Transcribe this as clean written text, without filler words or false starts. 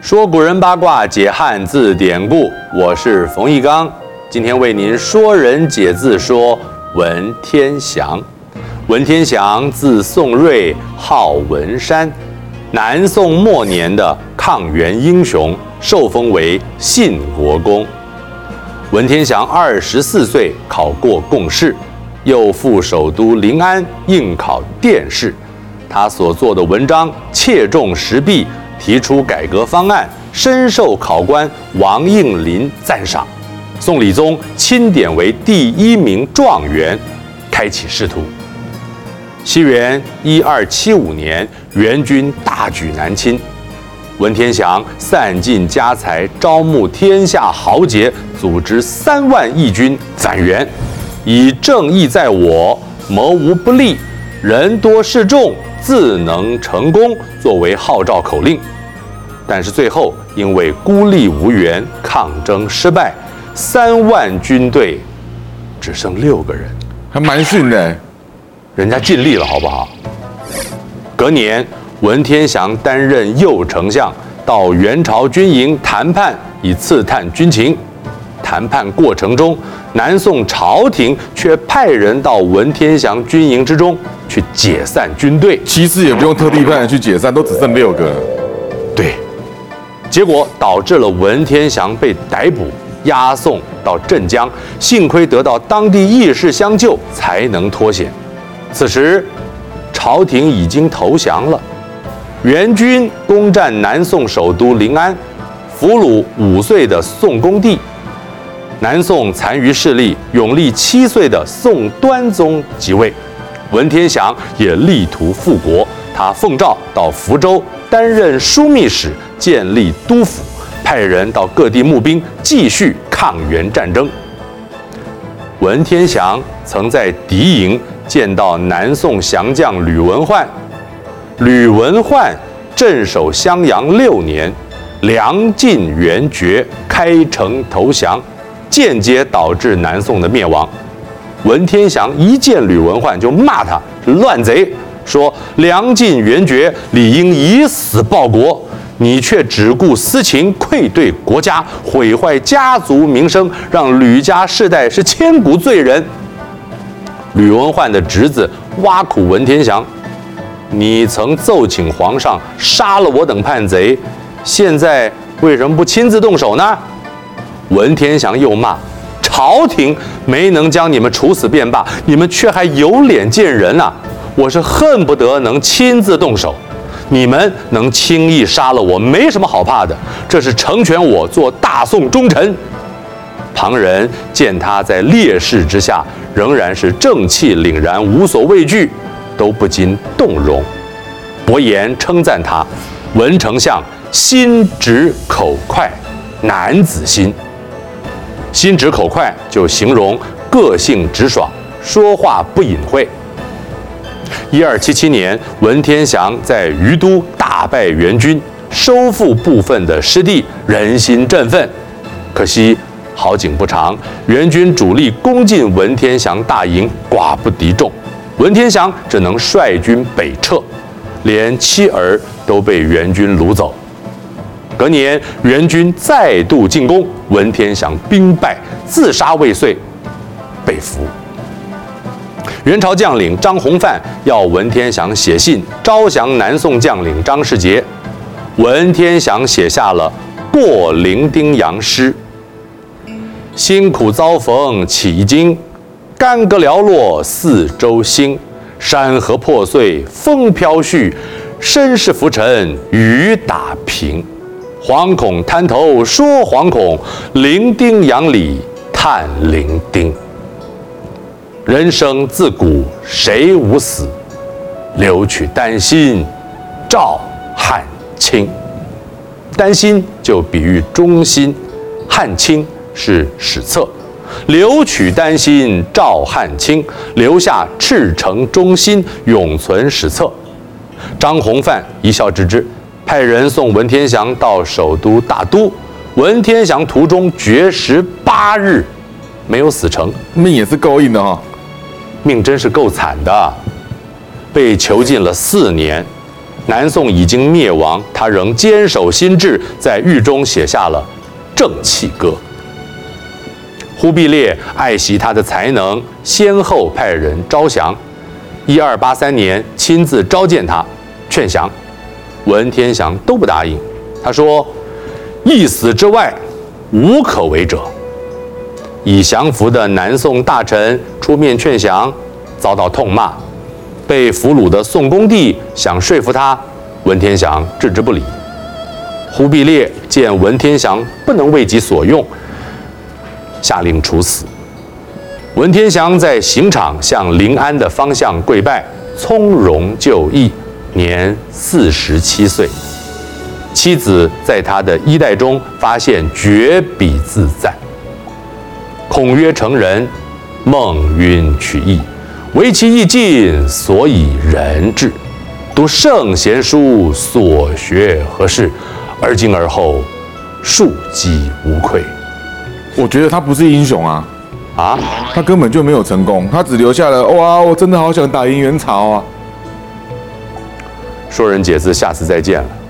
说古人八卦，解汉字典故。我是冯翊纲，今天为您说人解字，说文天祥。文天祥字宋瑞，号文山，南宋末年的抗元英雄，受封为信国公。文天祥24岁考过贡士，又赴首都临安应考殿试。他所做的文章切中时弊，提出改革方案，深受考官王应麟赞赏。宋理宗钦点为第1名状元，开启仕途。西元1275年，元军大举南侵，文天祥散尽家财，招募天下豪杰，组织3万义军反元，以正义在我，谋无不利，人多势众，自能成功作为号召口令。但是最后因为孤立无援，抗争失败，3万军队只剩6个人， 还蛮逊的。 人家尽力了，好不好？隔年，文天祥担任右丞相，到元朝军营谈判，以刺探军情。谈判过程中，南宋朝廷却派人到文天祥军营之中去解散军队。 其实也不用特地派人去解散，都只剩6个。 对，结果导致了文天祥被逮捕，押送到镇江，幸亏得到当地义士相救，才能脱险。此时，朝廷已经投降了，元军攻占南宋首都临安，俘虏5岁的宋恭帝。南宋残余势力永历7岁的宋端宗即位，文天祥也力图复国。他奉诏到福州担任枢密使，建立督府，派人到各地募兵，继续抗元战争。文天祥曾在敌营见到南宋降将吕文焕。吕文焕镇守襄阳6年，粮尽援绝，开城投降，间接导致南宋的灭亡。文天祥一见吕文焕就骂他是乱贼，说粮尽援绝，理应以死报国，你却只顾私情，愧对国家，毁坏家族名声，让吕家世代是千古罪人。吕文焕的侄子挖苦文天祥，你曾奏请皇上杀了我等叛贼，现在为什么不亲自动手呢？文天祥又骂，朝廷没能将你们处死便罢，你们却还有脸见人啊！我是恨不得能亲自动手，你们能轻易杀了我，没什么好怕的，这是成全我做大宋忠臣。旁人见他在烈士之下仍然是正气凛然，无所畏惧，都不禁动容，伯言称赞他：文丞相心直口快，男子心。心直口快就形容个性直爽，说话不隐晦。1277年，文天祥在于都大败元军，收复部分的失地，人心振奋。可惜好景不长，元军主力攻进文天祥大营，寡不敌众，文天祥只能率军北撤，连妻儿都被元军掳走。隔年，元军再度进攻，文天祥兵败，自杀未遂，被俘。元朝将领张弘范要文天祥写信招降南宋将领张世杰，文天祥写下了《过零丁洋诗》：辛苦遭逢起经，干戈寥落四周星。山河破碎风飘絮，身世浮沉雨打平。惶恐滩头说惶恐，零丁洋里叹零丁。人生自古谁无死，留取丹心照汗青。丹心就比喻忠心，汗青是史册。留取丹心照汗青，留下赤诚忠心，永存史册。张弘范一笑置之，派人送文天祥到首都大都。文天祥途中绝食8日，没有死成， 命也是够硬的哈、 命真是够惨的，被囚禁了4年。 南宋已经灭亡，他仍坚守心志，在狱中写下了《正气歌》。忽必烈爱惜他的才能，先后派人招降。1283年，亲自召见他，劝降。文天祥都不答应。他说：“一死之外，无可为者。”已降服的南宋大臣出面劝降，遭到痛骂。被俘虏的宋恭帝想说服他，文天祥置之不理。忽必烈见文天祥不能为己所用，下令处死。文天祥在刑场向临安的方向跪拜，从容就义，年47岁。妻子在他的衣袋中发现绝笔自赞：“孔曰成人，孟允取义，惟其义尽，所以人至。读圣贤书，所学何事？而今而后，庶几无愧。” 我觉得他不是英雄啊， 啊， 他根本就没有成功，他只留下了哇，我真的好想打赢元朝啊。 说人解字，下次再见了。